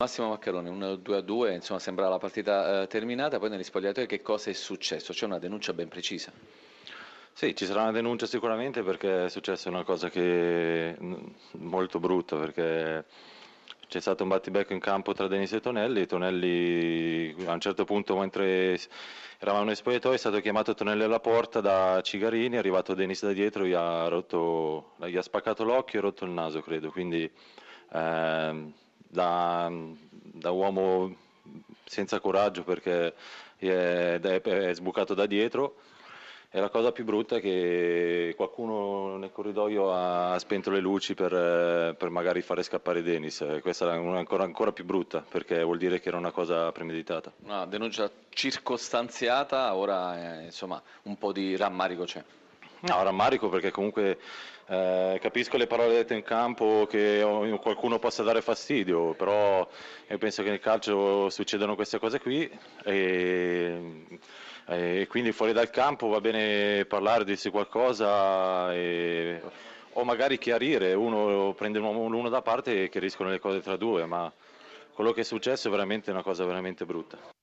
Massimo Maccheroni, un 2-2, insomma sembra la partita terminata, poi negli spogliatoi che cosa è successo? C'è una denuncia ben precisa. Sì, ci sarà una denuncia sicuramente perché è successa una cosa che molto brutta, perché c'è stato un battibecco in campo tra Denis e Tonelli. Tonelli a un certo punto, mentre eravamo nei spogliatoi, è stato chiamato Tonelli alla porta da Cigarini, è arrivato Denis da dietro, gli ha spaccato l'occhio e rotto il naso, credo. Quindi da uomo senza coraggio, perché è sbucato da dietro. E la cosa più brutta è che qualcuno nel corridoio ha spento le luci per magari fare scappare Denis. Questa è ancora più brutta, perché vuol dire che era una cosa premeditata. Una denuncia circostanziata, ora insomma un po' di rammarico c'è. No, rammarico perché comunque capisco le parole dette in campo che qualcuno possa dare fastidio, però io penso che nel calcio succedano queste cose qui e quindi fuori dal campo va bene parlare, dirsi qualcosa o magari chiarire, uno prende l'uno da parte e chiariscono le cose tra due, ma quello che è successo è veramente una cosa veramente brutta.